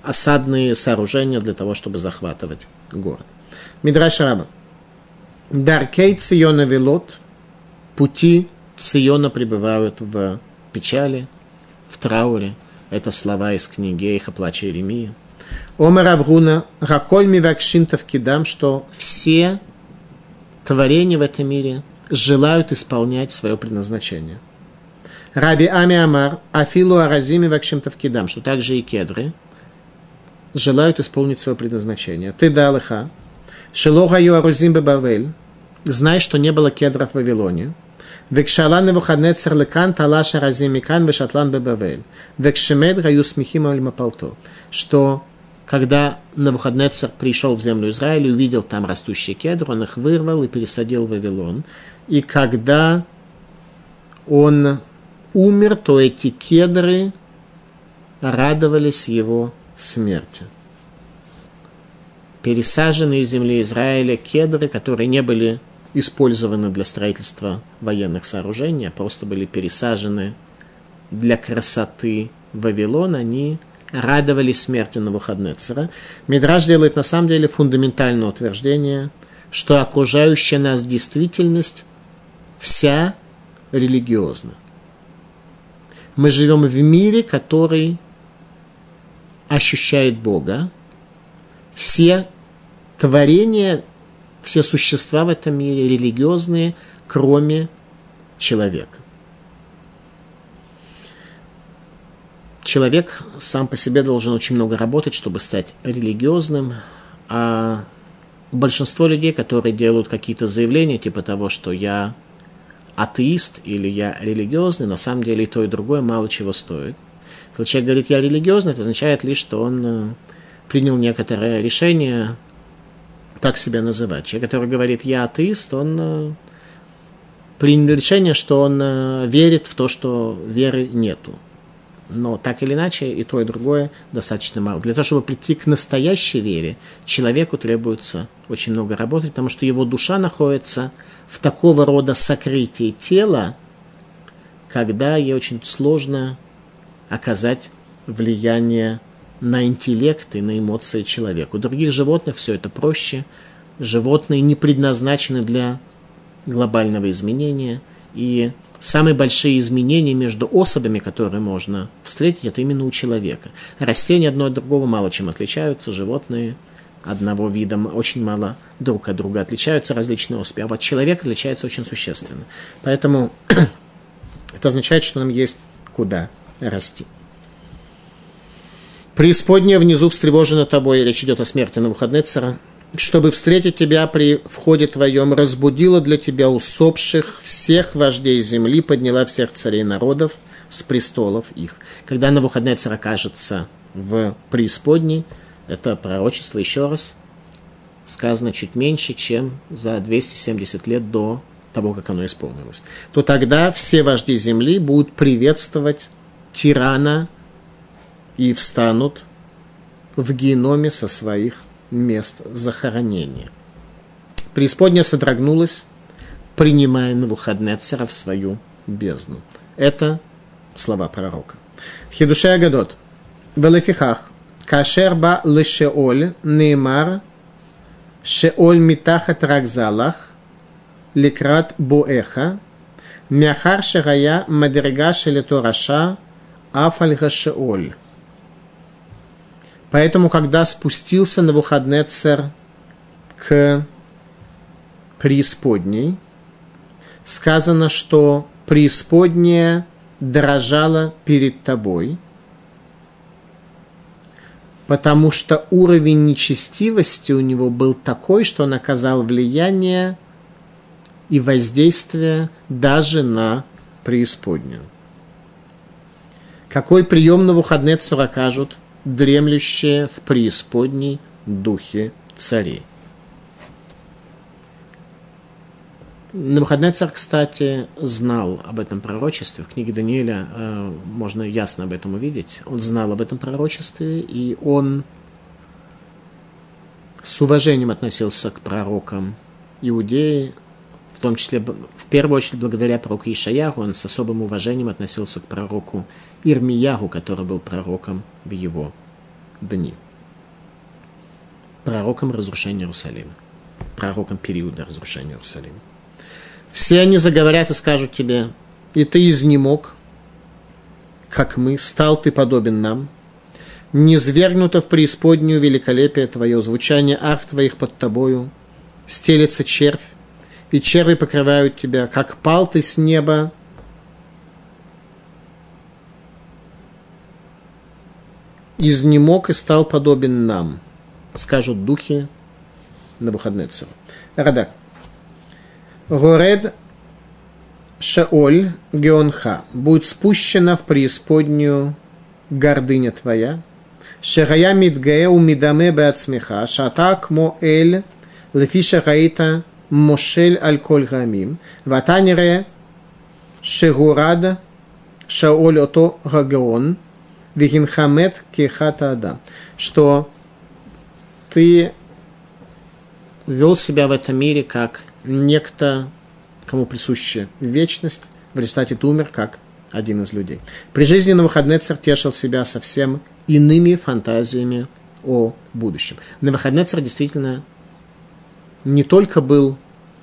осадные сооружения для того, чтобы захватывать город. Мидраш Раба. Даркей Циона Велот, пути Циона пребывают в печали, в трауре. Это слова из книги Эйха, плача Иеремии. Омар Авруна, Раколь Мивакшин Тавкидам, что все творения в этом мире желают исполнять свое предназначение. Раби Ами Амар, Афилу Аразими Вакшим Тавкидам, что также и кедры желают исполнить свое предназначение. Ты далыха, Шелога Юарузим Бабавель, знай, что не было кедров в Вавилоне. Векшалан Невухаднецер лекан талаш Аразим Микан вешатлан Бабавель. Векшемед гаю смехим альмапалто, что когда Навуходнецер пришел в землю Израиля и увидел там растущий кедр, он их вырвал и пересадил в Вавилон. И когда он умер, то эти кедры радовались его смерти. Пересаженные из земли Израиля кедры, которые не были использованы для строительства военных сооружений, а просто были пересажены для красоты Вавилона, они радовались смерти Навуходнецера. Мидраш делает на самом деле фундаментальное утверждение, что окружающая нас действительность вся религиозна. Мы живем в мире, который ощущает Бога. Все творения, все существа в этом мире религиозные, кроме человека. Человек сам по себе должен очень много работать, чтобы стать религиозным, а большинство людей, которые делают какие-то заявления, типа того, что я атеист или я религиозный, на самом деле и то, и другое мало чего стоит. Если человек говорит, я религиозный, это означает лишь, что он принял некоторое решение так себя называть. Человек, который говорит, я атеист, он принял решение, что он верит в то, что веры нету. Но так или иначе, и то, и другое достаточно мало. Для того, чтобы прийти к настоящей вере, человеку требуется очень много работы, потому что его душа находится в такого рода сокрытии тела, когда ей очень сложно оказать влияние на интеллект и на эмоции человека. У других животных все это проще. Животные не предназначены для глобального изменения, и самые большие изменения между особями, которые можно встретить, это именно у человека. Растения одно от другого мало чем отличаются, животные одного вида очень мало друг от друга отличаются, различные особи, а вот человек отличается очень существенно. Поэтому это означает, что нам есть куда расти. Преисподняя внизу встревожена тобой, речь идет о смерти Навуходнецера, чтобы встретить тебя при входе твоем, разбудила для тебя усопших всех вождей земли, подняла всех царей народов с престолов их. Когда Навуходнецер окажется в преисподней, это пророчество, еще раз, сказано чуть меньше, чем за 270 лет до того, как оно исполнилось, то тогда все вожди земли будут приветствовать тирана и встанут в геноме со своих мест захоронения. Преисподняя содрогнулась, принимая Навуходнецера в свою бездну. Это слова пророка. Хидушей Агадот. Велефихах. Кашер ба лешеоль неймар шеоль митахат ракзалах лекрат буэха мяхар шерая мадрига шелето раша афальга шеоль. Поэтому, когда спустился Навуходнецер к преисподней, сказано, что преисподняя дрожала перед тобой, потому что уровень нечестивости у него был такой, что он оказал влияние и воздействие даже на преисподнюю. Какой прием Навуходнецеру окажут дремлющие в преисподней духе царей? Навуходнецер, кстати, знал об этом пророчестве. В книге Даниэля можно ясно об этом увидеть. Он знал об этом пророчестве, и он с уважением относился к пророкам Иудеи, в том числе, в первую очередь, благодаря пророку Ишаяху. Он с особым уважением относился к пророку Ирмиягу, который был пророком в его дни. Пророком разрушения Иерусалима. Пророком периода разрушения Иерусалима. Все они заговорят и скажут тебе: и ты изнемог, как мы, стал ты подобен нам, низвергнуто в преисподнюю великолепие твое, звучание арф твоих под тобою, стелется червь, и черви покрывают тебя, как пал ты с неба, изнемог и стал подобен нам, скажут духи Навуходоносора. Радак. Горед Шаоль Геонха, будет спущена в преисподнюю гордыня твоя, Шерая Мидгаэ Умидаме Беацмеха, Шатак Моэль Лефиша Раита Мошель Аль-Коль Гамим, Ватанире Шегурада Шаоль Ото Гагеон, Вихинхамет Кехата Адам, что ты вел себя в этом мире как некто, кому присуща вечность, в результате ты умер как один из людей. При жизни Навуходоносор тешил себя совсем иными фантазиями о будущем. Навуходоносор действительно не только был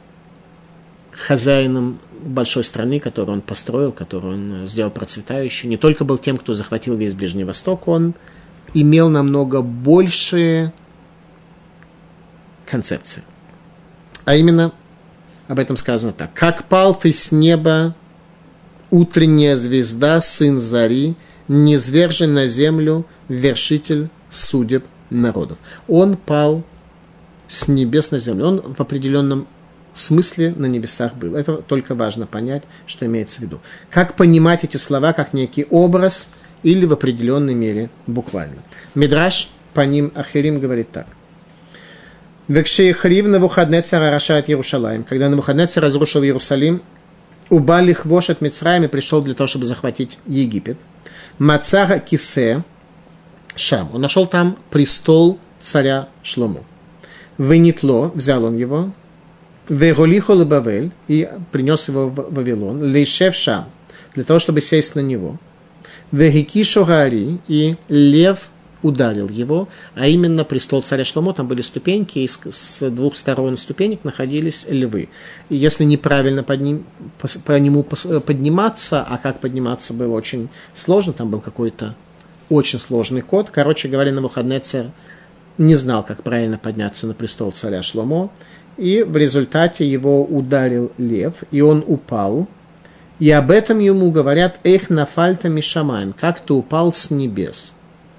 хозяином большой страны, которую он построил, которую он сделал процветающей, не только был тем, кто захватил весь Ближний Восток, он имел намного большие концепции. А именно, об этом сказано так: «Как пал ты с неба, утренняя звезда, сын зари, низвержен на землю, вершитель судеб народов». Он пал с небес на землю. Он в определенном смысле на небесах был. Это только важно понять, что имеется в виду. Как понимать эти слова как некий образ или в определенной мере буквально. Мидраш по ним Ахирим говорит так. «Векшеихрив Навуходоносор арашат Иерушалаим». Когда Навуходоносор разрушил Иерусалим, убал их вошь от Мицраим и пришел для того, чтобы захватить Египет. Мацара Кисе Шам. Он нашел там престол царя Шломо. Венитло, взял он его. Веролихо лебавель, и принес его в Вавилон. Лейшев Шам, для того, чтобы сесть на него. Вегикишо Гаари, и лев ударил его, а именно престол царя Шломо, там были ступеньки, и с двух сторон ступенек находились львы. И если неправильно по нему подниматься, а как подниматься было очень сложно, там был какой-то очень сложный код. Короче говоря, Навуходоносор не знал, как правильно подняться на престол царя Шломо, и в результате его ударил лев, и он упал. И об этом ему говорят: «Эх нафальта мишамаем», как ты упал с небес.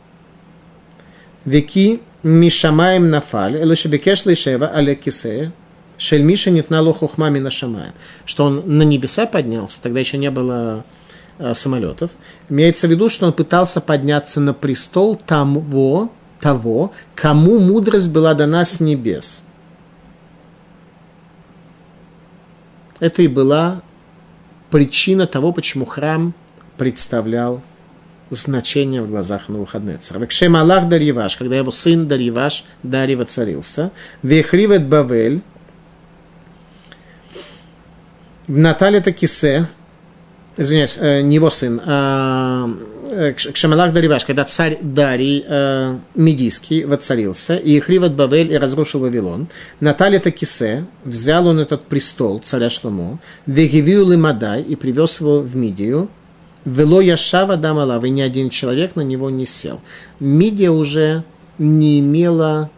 Веки мишамаем нафаль, элэшебекеш лэшева але кисея, шель миша нитнало хухма мина шамаем. Что он на небеса поднялся, тогда еще не было самолетов. Имеется в виду, что он пытался подняться на престол того, кому мудрость была дана с небес. Это и была причина того, почему храм представлял значение в глазах Навуходоносора. Векшем Аллах Дарьеваш, когда его сын Дарьеваш, Дарий воцарился, Вехривет Бавель, Наталья Такисе, извиняюсь, не его сын, Кшемалах Дарьеваш, когда царь Дарий Медийский воцарился, и Ехривет Бавель и разрушил Вавилон, Наталья Такисе, взял он этот престол царя Шломо, Вегивию Лимадай, и привез его в Мидию, Вело Яшава Дамалав, и ни один человек на него не сел. Мидия уже не имела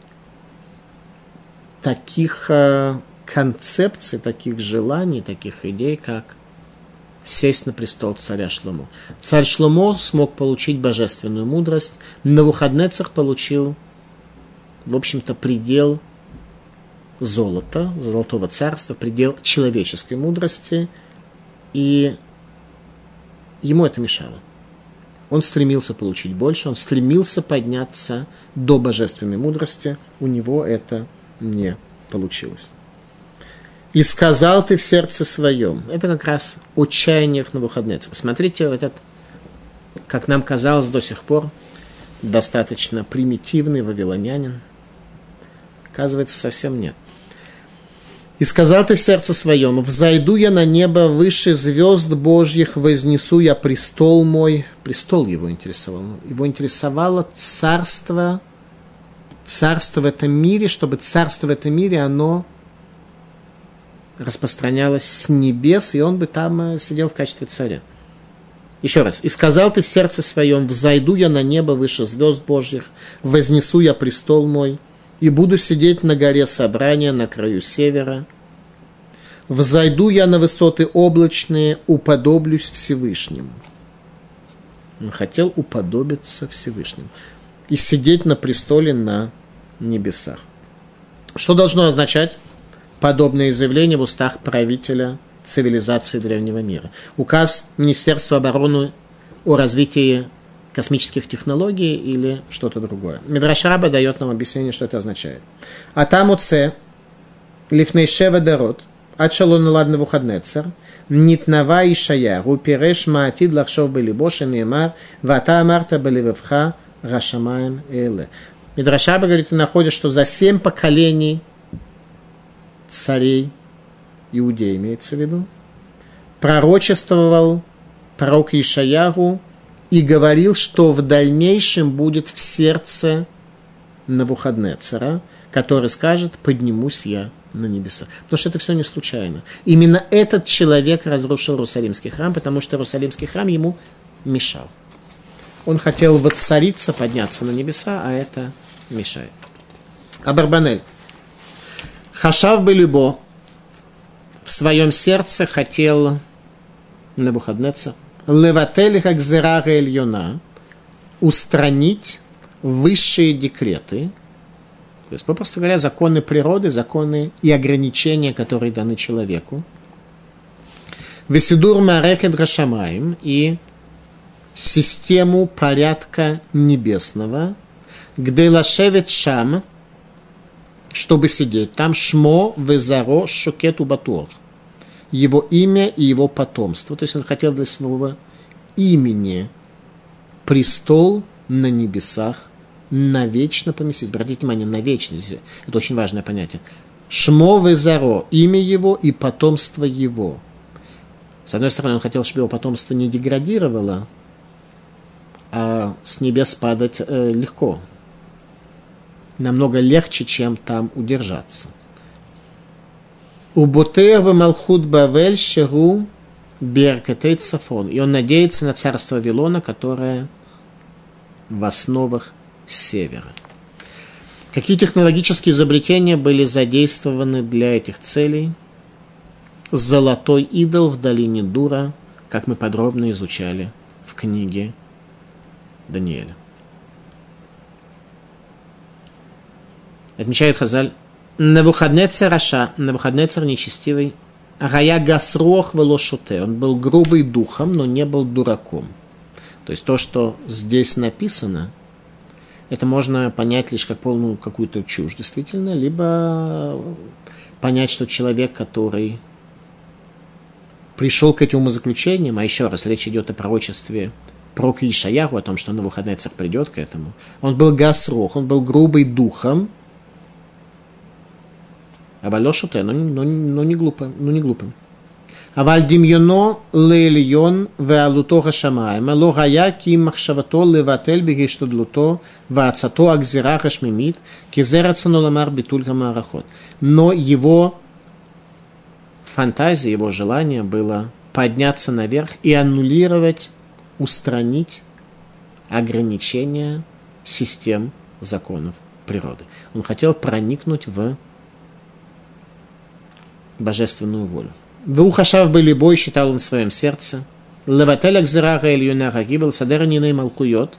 таких концепций, таких желаний, таких идей, как сесть на престол царя Шломо. Царь Шломо смог получить божественную мудрость, Навуходоносор получил, в общем-то, предел золота, золотого царства, предел человеческой мудрости, и ему это мешало. Он стремился получить больше, он стремился подняться до божественной мудрости, у него это не получилось. «И сказал ты в сердце своем». Это как раз о чаяниях Навуходоносора. Смотрите, этот, как нам казалось до сих пор, достаточно примитивный вавилонянин. Оказывается, совсем нет. И сказал ты в сердце своем: взойду я на небо выше звезд Божьих, вознесу я престол мой. Престол его интересовал. Его интересовало царство в этом мире, чтобы царство в этом мире, оно распространялось с небес, и он бы там сидел в качестве царя. Еще раз. И сказал ты в сердце своем: взойду я на небо выше звезд Божьих, вознесу я престол мой, и буду сидеть на горе собрания на краю севера. Взойду я на высоты облачные, уподоблюсь Всевышнему. Он хотел уподобиться Всевышнему и сидеть на престоле на небесах. Что должно означать подобное заявление в устах правителя цивилизации древнего мира? Указ Министерства обороны о развитии космических технологий или что-то другое. Мидраш Раба дает нам объяснение, что это означает. Атам уце лифней шева дарот ад шалон лад Навуходнецар нитнава ишая упиреш маатид лахшов белибо шенеемар вата амарта беливевха рашамаем эле. Мидраш Раба говорит, ты находишь, что за 7 поколений царей Иудеи, имеется в виду, пророчествовал пророк Ишаяху и говорил, что в дальнейшем будет в сердце Навуходнецара, который скажет: поднимусь я на небеса. Потому что это все не случайно. Именно этот человек разрушил Иерусалимский храм, потому что Иерусалимский храм ему мешал. Он хотел воцариться, подняться на небеса, а это мешает. Абарбанель. Хашав белибо, в своем сердце хотел Навуходнецар леватель хакзера эльона, устранить высшие декреты, то есть, попросту говоря, законы природы, законы и ограничения, которые даны человеку. Весидур маарехет гашамаим, и систему порядка небесного, где лашевет шам, чтобы сидеть там, шмо везаро шокет убатур, его имя и его потомство. То есть он хотел для своего имени престол на небесах навечно поместить. Обратите внимание, на вечность. Это очень важное понятие. Шмо везаро, имя его и потомство его. С одной стороны, он хотел, чтобы его потомство не деградировало, а с небес падать легко. Намного легче, чем там удержаться. Уботея в Малхут Бавель Шеру Беркетейт Сафон. И он надеется на царство Вавилона, которое в основах севера. Какие технологические изобретения были задействованы для этих целей? Золотой идол в долине Дура, как мы подробно изучали в книге Даниэля. Отмечает Хазаль: Навуходнецар раша, Навуходнецар нечестивый, гая гасрох велошуте, он был грубый духом, но не был дураком. То есть то, что здесь написано, это можно понять лишь как полную какую-то чушь, действительно, либо понять, что человек, который пришел к этим умозаключениям, а еще раз, речь идет о пророчестве пророка Ишаяху, о том, что Навуходнецар придет к этому, он был гасрох, он был грубый духом, а балешуте, но не глупым. אבל דמיונו לעליון ועלותו השמיים, לא היה כי מחשבתו לבטל בהשתדלותו ועצתו הגזירה השמימית, כי זה רצונו לומר ביטול המערכות. Но его фантазия, его желание было подняться наверх и аннулировать, устранить ограничения систем законов природы. Он хотел проникнуть в божественную волю. Вухашав белибой, считал он в своем сердце. Леватель акзерага эльюна гагибл садерниней малхуйот.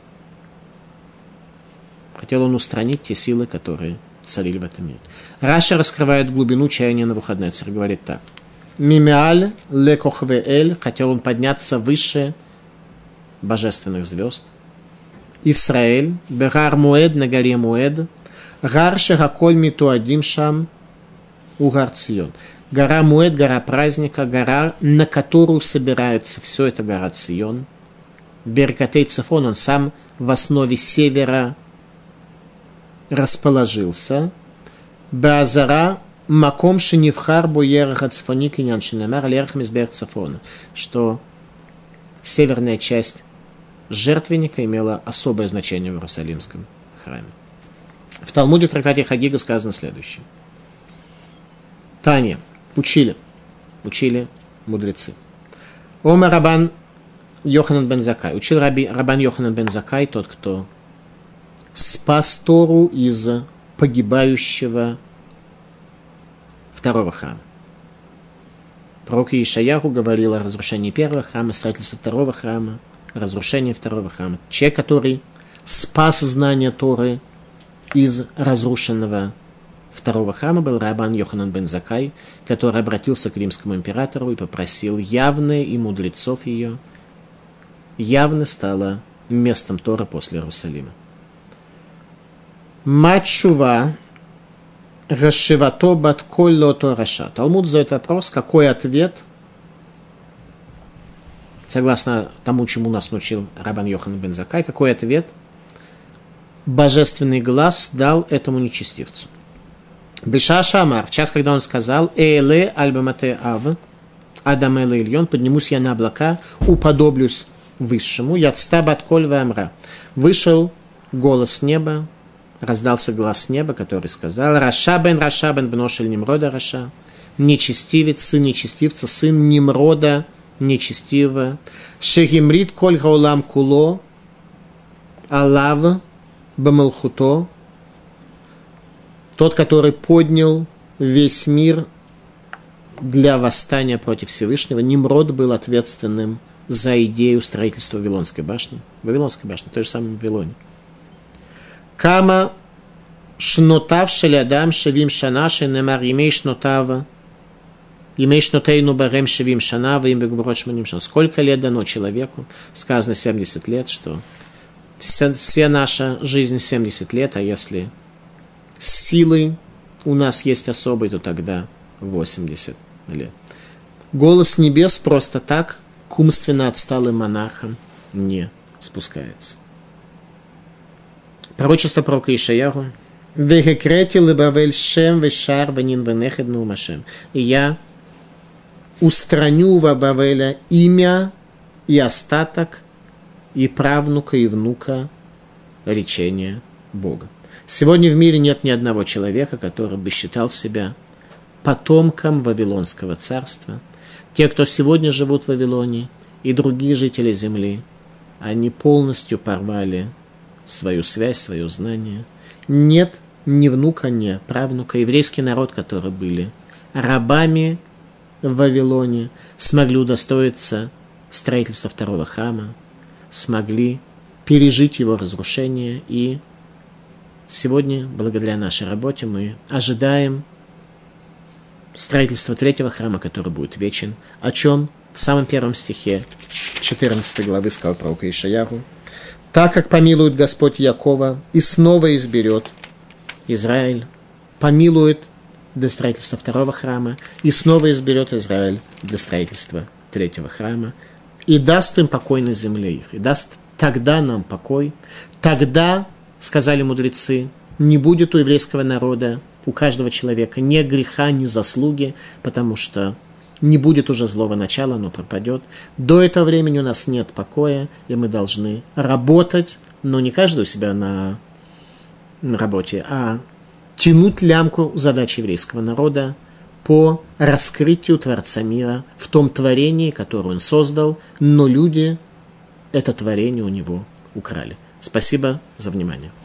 Хотел он устранить те силы, которые царили в этом мире. Раша раскрывает глубину чаяния Навуходнецара, говорит так. Мимеаль лекохвеэль, хотел он подняться выше божественных звезд. Исраэль, бегар муэд на горе муэд, гар шехаколь митуадим шам, угар Цион. Гора Муэд, гора праздника, гора, на которую собирается все это гора Цион. Беркатей Цифон, он сам в основе севера расположился. Беазара Маком шинивхар буерах от цфоники няншинамар лерах мизбех цафона, что северная часть жертвенника имела особое значение в Иерусалимском храме. В Талмуде в трактате Хагига сказано следующее. Таня, учили мудрецы. Ома Рабан Йоханан бен Закай, учил Рабан Йоханан бен Закай, тот, кто спас Тору из погибающего второго храма. Пророк Ишаяху говорил о разрушении первого храма, строительстве второго храма, разрушении второго храма. Человек, который спас знание Торы из разрушенного второго храма, был Рабан Йоханан бен Закай, который обратился к римскому императору и попросил явно и мудрецов ее. Явно стало местом Торы после Иерусалима. Мачува Рашивато Батколь Лото Раша. Талмуд задает вопрос, какой ответ, согласно тому, чему нас научил Рабан Йоханан бен Закай, какой ответ божественный глаз дал этому нечестивцу. Бешаша Амар, в час, когда он сказал, Эйле альбамате ав, Адам эле ильон, поднимусь я на облака, уподоблюсь высшему, Яцта Батколь Вамра. Вышел голос неба, раздался глаз неба, который сказал, Раша бен бношель Нимрода Раша, нечестивец, сын нечестивца, сын Нимрода, нечестивого, Шехимрит коль хаулам куло, Алав бамалхуто, тот, который поднял весь мир для восстания против Всевышнего. Нимрод был ответственным за идею строительства Вавилонской башни. Вавилонской башни, той же самой Вавилоне. Кама шнотав шелядам шевим шанаши немар имей шнотава, имей шнотейну барем шевим шанава, им бегвурот шманим шан. Сколько лет дано человеку? Сказано 70 лет, что вся наша жизнь 70 лет, а если силы у нас есть особые, то тогда 80 лет. Голос небес просто так к умственно отсталым монархам не спускается. Пророчество пророка Ишаяху. «Вехекрети лебавель шем вешар венин венехед нумашем». И я устраню в Бавеля имя и остаток, и правнука, и внука речения Бога. Сегодня в мире нет ни одного человека, который бы считал себя потомком Вавилонского царства. Те, кто сегодня живут в Вавилоне, и другие жители земли, они полностью порвали свою связь, свое знание. Нет ни внука, ни правнука. Еврейский народ, который были рабами в Вавилоне, смогли удостоиться строительства второго храма, смогли пережить его разрушение, и сегодня, благодаря нашей работе, мы ожидаем строительства третьего храма, который будет вечен, о чем в самом первом стихе 14 главы сказал пророк Ишаяху. «Так как помилует Господь Якова и снова изберет Израиль, помилует для строительства второго храма и снова изберет Израиль для строительства третьего храма и даст им покой на земле их, и даст тогда нам покой, тогда, сказали мудрецы, не будет у еврейского народа, у каждого человека ни греха, ни заслуги, потому что не будет уже злого начала, оно пропадет. До этого времени у нас нет покоя, и мы должны работать, но не каждый у себя на работе, а тянуть лямку задач еврейского народа по раскрытию Творца мира в том творении, которое он создал, но люди это творение у него украли. Спасибо за внимание.